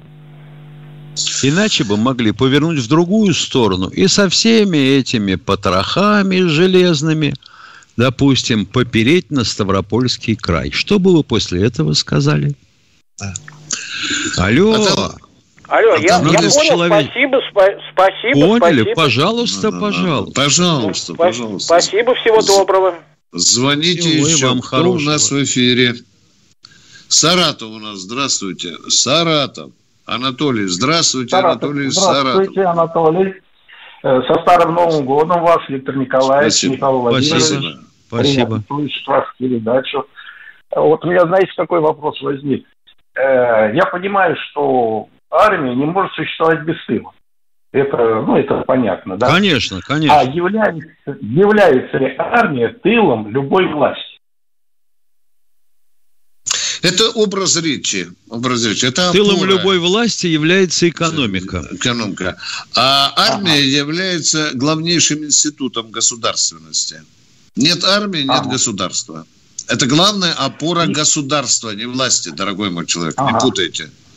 Иначе бы могли повернуть в другую сторону и со всеми этими потрохами железными, допустим, попереть на Ставропольский край. Что бы вы после этого сказали? Алло, я понял, спасибо. Поняли? Пожалуйста. Спасибо, всего доброго. Звоните еще, вам кто у нас в эфире. Саратов у нас, здравствуйте. Саратов. Анатолий, здравствуйте, Анатолий. Здравствуйте, Анатолий. Со Старым Новым годом вас, Виктор Николаевич, Михаил Владимирович. Спасибо. Слышать вашу передачу. Вот у меня, знаете, какой вопрос возник. Я понимаю, что армия не может существовать без тыла. Это понятно, да? Конечно. А является ли армия тылом любой власти? Это образ речи. Это тылом опора. Любой власти является экономика. А армия является главнейшим институтом государственности. Нет армии, нет государства. Это главная опора государства, не власти, дорогой мой человек. Не путайте.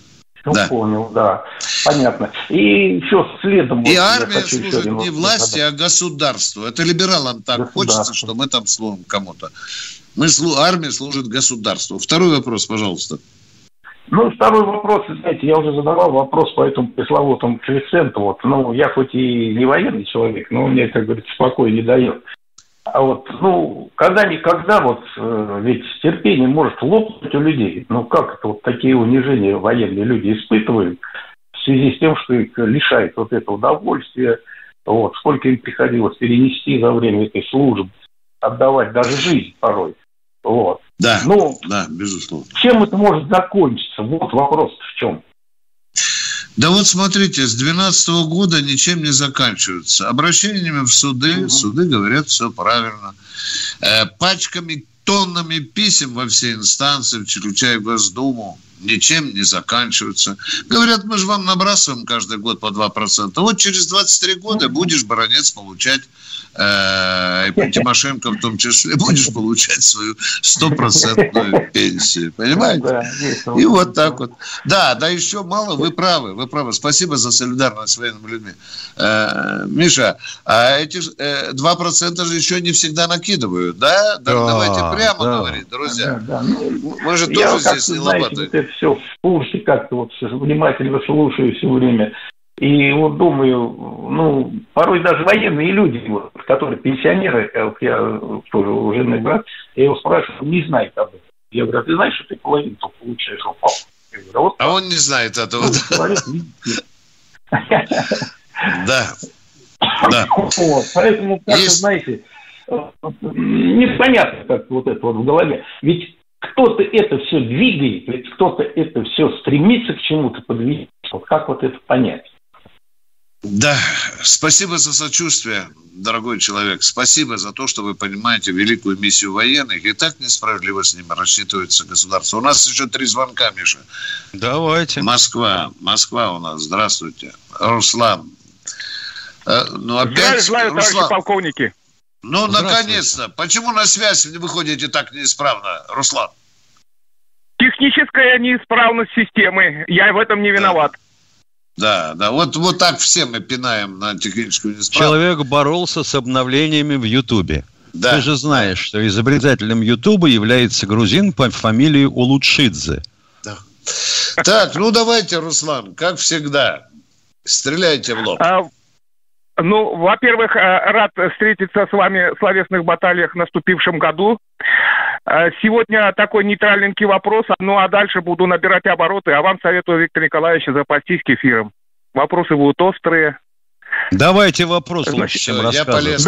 Да. Понял, да. Понятно. И еще следом... И армия служит не власти, а государству. Это либералам так хочется, что мы там служим кому-то. Армия служит государству. Второй вопрос, пожалуйста. Ну, второй вопрос, знаете, я уже задавал вопрос по этому пресловутому коэффициенту. Вот, ну, я хоть и не военный человек, но мне, как говорится, спокой не дает. А вот, ну, когда-никогда вот ведь терпение может лопнуть у людей. Ну, как это вот такие унижения военные люди испытывают в связи с тем, что их лишает вот этого удовольствия. Вот, сколько им приходилось перенести за время этой службы, отдавать даже жизнь порой. Вот. Да, ну, да, безусловно. Чем это может закончиться? Вот вопрос в чем. Да вот смотрите, с 2012 года ничем не заканчивается. Обращениями в суды, суды говорят все правильно. Пачками, тоннами писем во все инстанции, включая Госдуму, ничем не заканчиваются. Говорят, мы же вам набрасываем каждый год по 2%. Вот через 23 года будешь, баронец, получать, и Тимошенко в том числе, будешь получать свою 100% пенсию. Понимаете? И вот так вот. Да, еще мало, вы правы. Спасибо за солидарность с военными людьми. Миша, а эти 2% же еще не всегда накидывают, да? Давайте прямо говорить, друзья. Мы же тоже здесь не лопатаем. Это все в курсе, как-то вот внимательно слушаю все время. И вот думаю, ну, порой даже военные люди, вот, которые пенсионеры, вот я тоже уже брат, я его спрашиваю, не знает об этом. Я говорю, а ты знаешь, что ты половину получаешь? Я говорю, вот, а он не знает этого. Да. Вот, поэтому, как-то, знаете, непонятно, как вот это вот в голове. Ведь кто-то это все двигает, ведь кто-то это все стремится к чему-то подвигать. Вот как вот это понять? Да, спасибо за сочувствие, дорогой человек. Спасибо за то, что вы понимаете великую миссию военных. И так несправедливо с ними рассчитывается государство. У нас еще 3 звонка, Миша. Давайте. Москва у нас. Здравствуйте. Руслан. Ну, опять... Желаю, товарищи полковники. Ну, наконец-то. Почему на связь вы выходите так неисправно, Руслан? Техническая неисправность системы. Я в этом не виноват. Да. Вот так все мы пинаем на техническую неисправность. Человек боролся с обновлениями в Ютубе. Да. Ты же знаешь, что изобретателем Ютуба является грузин по фамилии Улучшидзе. Да. Так, ну давайте, Руслан, как всегда, стреляйте в лоб. Ну, во-первых, рад встретиться с вами в словесных баталиях в наступившем году. Сегодня такой нейтральненький вопрос, ну а дальше буду набирать обороты. А вам советую, Виктор Николаевич, запастись кефиром. Вопросы будут острые. Давайте вопрос лучше, чем рассказывать.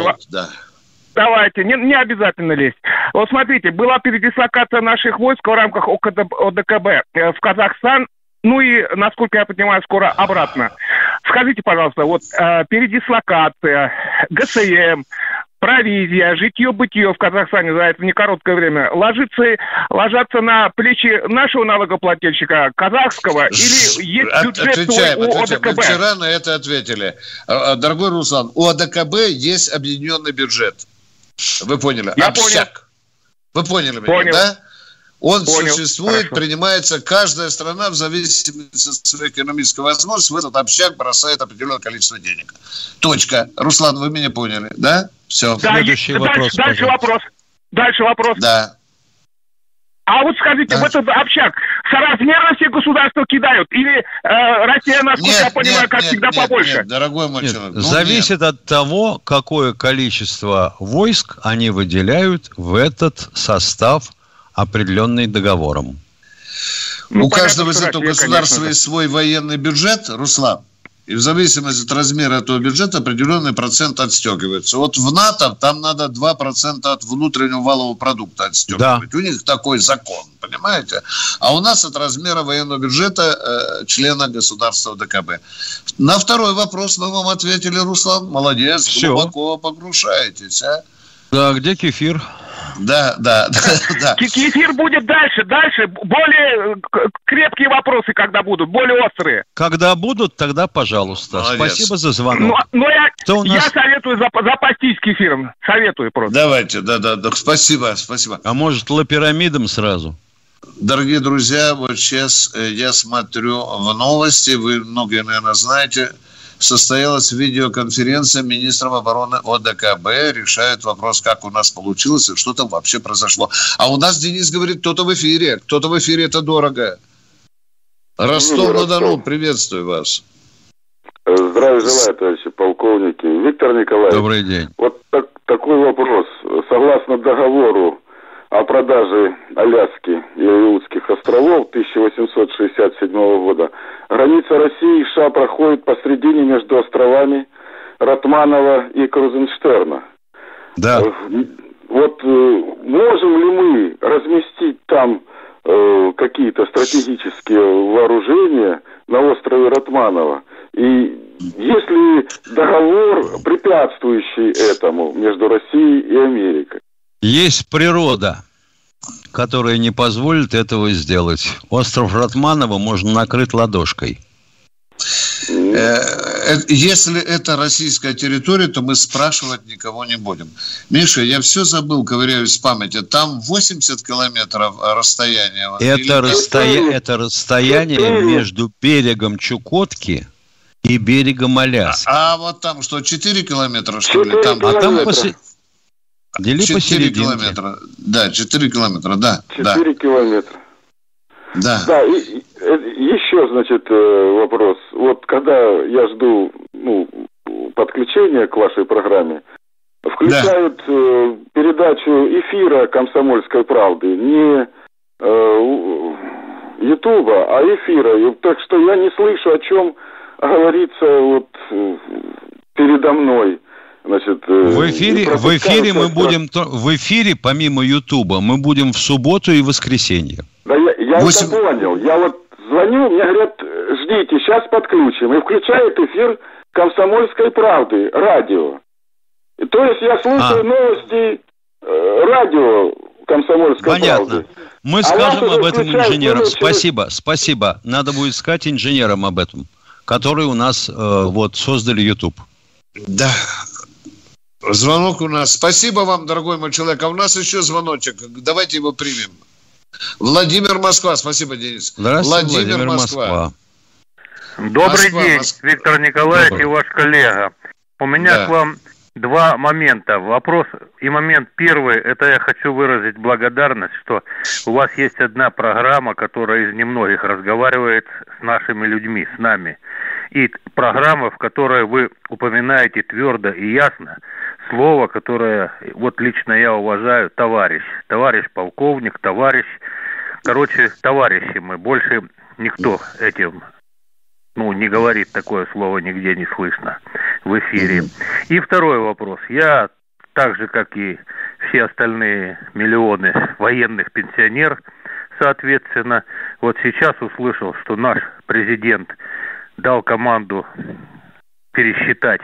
Давайте, не обязательно лезть. Вот смотрите, была передислокация наших войск в рамках ОДКБ в Казахстан. Ну и, насколько я понимаю, скоро обратно. Скажите, пожалуйста, вот передислокация, ГСМ, провизия, житье-бытие в Казахстане за это некороткое время ложатся на плечи нашего налогоплательщика, казахского, или есть бюджет у ОДКБ? Мы вчера на это ответили. Дорогой Руслан, у ОДКБ есть объединенный бюджет. Вы поняли? Я Общак. Вы поняли меня, да? Он существует, принимается, каждая страна в зависимости от своей экономической возможности в этот общак бросает определенное количество денег. Точка. Руслан, вы меня поняли, да? Все. Да, следующий вопрос. Дальше вопрос. Да. А вот скажите, в этот общак соразмерно все государства кидают? Или Россия, насколько я понимаю, как всегда, побольше? Нет, дорогой мой человек. Зависит от того, какое количество войск они выделяют в этот состав, определенный договором. У каждого из этого государства есть свой военный бюджет, Руслан, и в зависимости от размера этого бюджета определенный процент отстегивается. Вот в НАТО там надо 2% от внутреннего валового продукта отстегивать. Да. У них такой закон, понимаете? А у нас от размера военного бюджета члена государства ДКБ. На второй вопрос мы вам ответили, Руслан. Молодец, все. Глубоко погружаетесь, а? Да, где кефир? Да. Кефир будет дальше. Более крепкие вопросы, когда будут, более острые. Когда будут, тогда пожалуйста. Молодец. Спасибо за звонок. Но я советую запастись кефиром. Советую просто. Давайте, да. Спасибо. А может, лапирамидом сразу? Дорогие друзья, вот сейчас я смотрю в новости, вы многие, наверное, знаете, состоялась видеоконференция министров обороны ОДКБ, решают вопрос, как у нас получилось и что там вообще произошло. А у нас Денис говорит, кто-то в эфире, это дорого. Ростов-на-Дону, приветствую вас. Здравия желаю, товарищи полковники. Виктор Николаевич. Добрый день. Вот такой вопрос. Согласно договору о продаже Аляски и Алеутских островов 1867 года, граница России и США проходит посредине между островами Ратманова и Крузенштерна. Да. Вот можем ли мы разместить там какие-то стратегические вооружения на острове Ратманова? И есть ли договор, препятствующий этому между Россией и Америкой? Есть природа, которая не позволит этого сделать. Остров Ратманова можно накрыть ладошкой. Если это российская территория, то мы спрашивать никого не будем. Миша, я все забыл, ковыряюсь в памяти. Там 80 километров расстояния. Это расстояние между берегом Чукотки и берегом Аляски. А вот там что, 4 километра, что ли? Там 4 километра. Да, 4 километра, да. 4 километра. Да. Да, и еще, значит, вопрос. Вот когда я жду подключения к вашей программе, включают передачу эфира «Комсомольской правды», не Ютуба, а эфира. Так что я не слышу, о чем говорится вот передо мной. Значит, в эфире мы будем, в эфире помимо Ютуба мы будем в субботу и воскресенье. Да, я это понял. Я вот звоню, мне говорят, ждите, сейчас подключим. И включает эфир «Комсомольской правды», радио. То есть я слушаю новости радио «Комсомольской правды». Мы скажем об этом инженерам. Спасибо. Надо будет сказать инженерам об этом, которые у нас создали YouTube. Да. Звонок у нас. Спасибо вам, дорогой мой человек. А у нас еще звоночек. Давайте его примем. Владимир, Москва. Спасибо, Денис. Здравствуйте, Владимир, Москва. Добрый день, Виктор Николаевич и ваш коллега. У меня к вам два момента. Вопрос и момент первый. Это я хочу выразить благодарность, что у вас есть одна программа, которая из немногих разговаривает с нашими людьми, с нами. И программа, в которой вы упоминаете твердо и ясно слово, которое вот лично я уважаю, товарищ полковник, товарищ, товарищи мы, больше никто этим, не говорит такое слово, нигде не слышно в эфире. И второй вопрос. Я, так же, как и все остальные миллионы военных пенсионер, соответственно, вот сейчас услышал, что наш президент дал команду пересчитать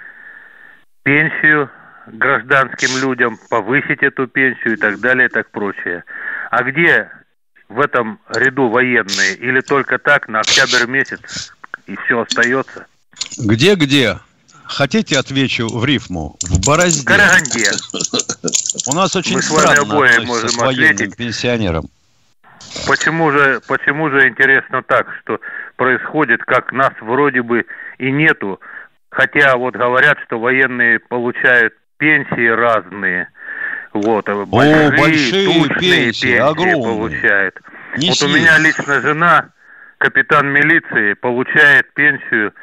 пенсию гражданским людям, повысить эту пенсию и так далее, и так прочее. А где в этом ряду военные? Или только так на октябрь месяц и все остается? Где? Хотите, отвечу в рифму? В Борозде. В Караганде. У нас очень странно относятся с военным пенсионером. Почему же интересно так, что происходит, как нас вроде бы и нету, хотя вот говорят, что военные получают пенсии разные, большие пенсии огромные получают. Вот у меня лично жена, капитан милиции, получает пенсию,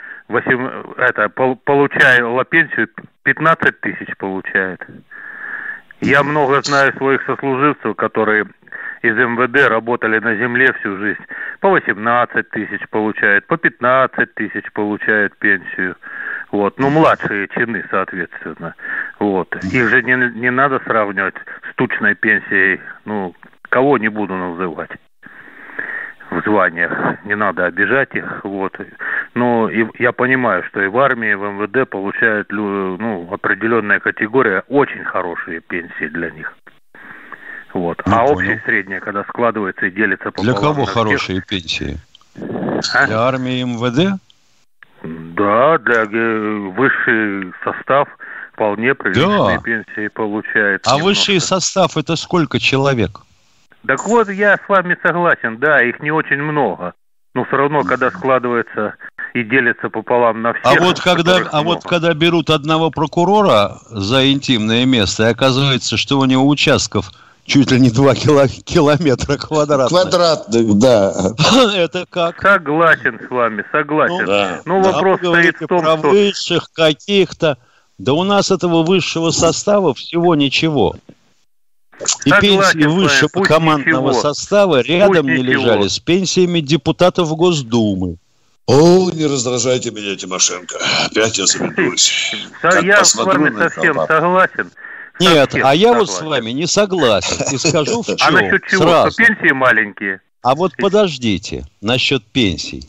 получала пенсию 15 тысяч получает. Я много знаю своих сослуживцев, которые из МВД работали на земле всю жизнь. По 18 тысяч получают, по 15 тысяч получают пенсию. Младшие чины, соответственно. Их же не надо сравнивать с тучной пенсией. Кого не буду называть в званиях. Не надо обижать их. И я понимаю, что и в армии, и в МВД получают определенная категория очень хорошие пенсии для них. А общая средняя, когда складывается и делится пополам. Для кого хорошие пенсии? Для армии и МВД? Да, для высший состав вполне приличные пенсии получает. А высший состав это сколько человек? Так вот, я с вами согласен, да, их не очень много. Но все равно, когда складывается и делится пополам на всех... когда берут одного прокурора за интимное место, и оказывается, что у него участков чуть ли не 2 километра квадратных. Квадратных, да. Это как? Согласен с вами, согласен. Вопрос стоит в том, про высших каких-то. Да у нас этого высшего состава всего ничего. И пенсии высшего командного состава рядом не лежали с пенсиями депутатов Госдумы. О, не раздражайте меня, Тимошенко. Опять я заведусь. Я с вами совсем согласен. Нет, а я вот с вами не согласен. И скажу в чем. А насчет чего? Сразу. Что пенсии маленькие? А вот подождите, насчет пенсий.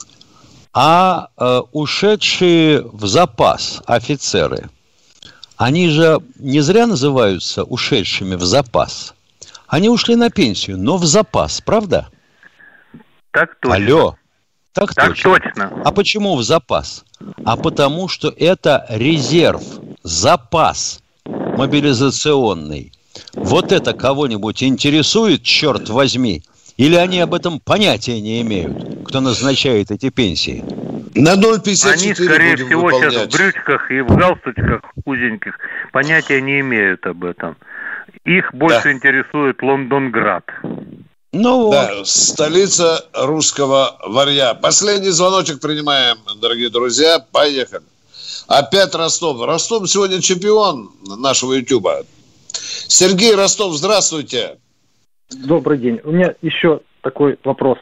Ушедшие в запас офицеры, они же не зря называются ушедшими в запас. Они ушли на пенсию, но в запас, правда? Так точно. Алло. Так точно. А почему в запас? А потому что это резерв, запас мобилизационный. Вот это кого-нибудь интересует, черт возьми? Или они об этом понятия не имеют, кто назначает эти пенсии? На 0,54 они, скорее будем всего, выполнять. сейчас в брючках и в галстучках узеньких понятия не имеют об этом. Их больше интересует Лондонград. Да, столица русского варья. Последний звоночек принимаем, дорогие друзья. Поехали. Опять Ростов. Ростов сегодня чемпион нашего Ютуба. Сергей, Ростов, здравствуйте. Добрый день. У меня еще такой вопрос.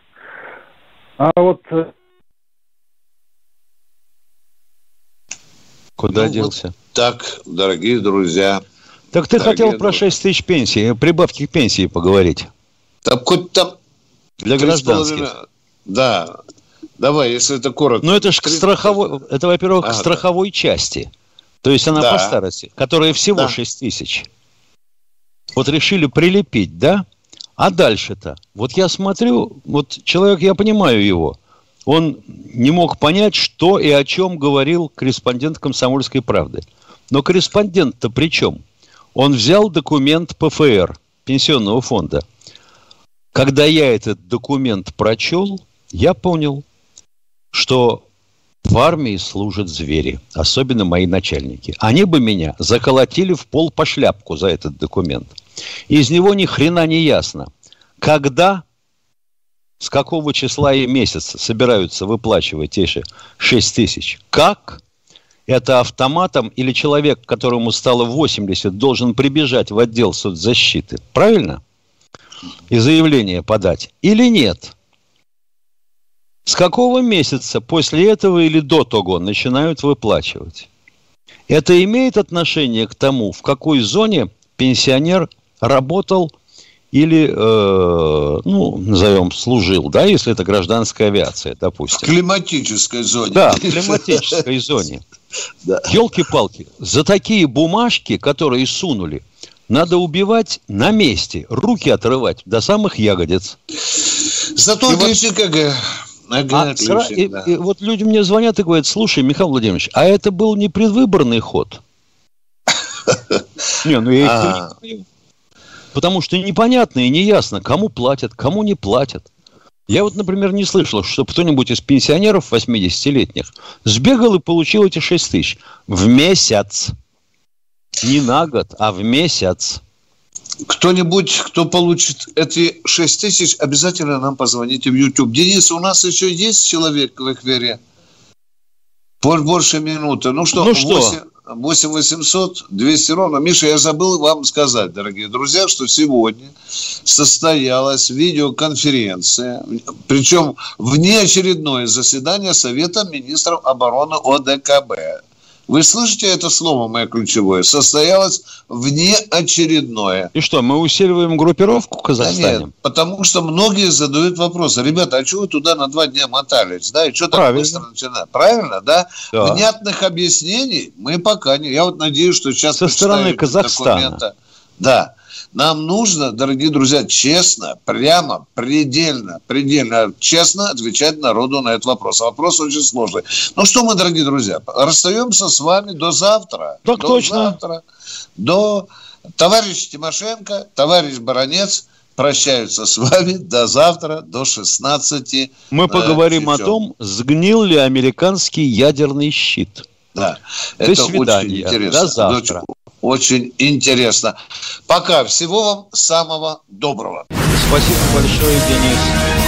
Куда делся? Так, дорогие друзья. Так ты хотел про 6 тысяч пенсий, прибавки к пенсии поговорить. Так хоть там... Для гражданских. Да. Давай, если это коротко. Ну, это же во-первых, к страховой части. То есть она по старости, которая всего 6 тысяч. Вот решили прилепить, да? А дальше-то? Вот я смотрю, вот человек, я понимаю его. Он не мог понять, что и о чем говорил корреспондент «Комсомольской правды». Но корреспондент-то при чем? Он взял документ ПФР, Пенсионного фонда. Когда я этот документ прочел, я понял, что в армии служат звери, особенно мои начальники. Они бы меня заколотили в пол по шляпку за этот документ. Из него ни хрена не ясно, когда, с какого числа и месяца собираются выплачивать эти 6 тысяч. Как? Это автоматом или человек, которому стало 80, должен прибежать в отдел соцзащиты. Правильно? И заявление подать. Или нет? С какого месяца после этого или до того начинают выплачивать? Это имеет отношение к тому, в какой зоне пенсионер работал или, назовем, служил, да, если это гражданская авиация, допустим. В климатической зоне. Да, в климатической зоне. Ёлки-палки, за такие бумажки, которые сунули, надо убивать на месте, руки отрывать до самых ягодиц. Зато ты КГ. И вот люди мне звонят и говорят: слушай, Михаил Владимирович, а это был не предвыборный ход? Я их не понимаю. Потому что непонятно и неясно, кому платят, кому не платят. Я вот, например, не слышал, чтобы кто-нибудь из пенсионеров 80-летних сбегал и получил эти 6 тысяч в месяц. Не на год, а в месяц. Кто-нибудь, кто получит эти 6 тысяч, обязательно нам позвоните в YouTube. Денис, у нас еще есть человек в эфире? Больше минуты. 8 800 200 ровно. Миша, я забыл вам сказать, дорогие друзья, что сегодня состоялась видеоконференция, причем внеочередное заседание Совета министров обороны ОДКБ. Вы слышите это слово, мое ключевое? Состоялось внеочередное. И что, мы усиливаем группировку в Казахстане? Да нет, потому что многие задают вопросы. Ребята, а чего вы туда на 2 дня мотались? Да, и что так быстро начинать? Правильно, да? Внятных объяснений мы пока не... Я вот надеюсь, что сейчас... Со стороны Казахстана. Да. Нам нужно, дорогие друзья, честно, прямо, предельно честно отвечать народу на этот вопрос. Вопрос очень сложный. Ну что мы, дорогие друзья, расстаемся с вами до завтра. Так точно. Завтра. До товарищ Тимошенко, товарищ Баранец. прощаются с вами до завтра, до 16. Мы поговорим о том, сгнил ли американский ядерный щит. Да, до это свидания. Очень интересно. До завтра. Очень интересно. Пока. Всего вам самого доброго. Спасибо большое, Денис.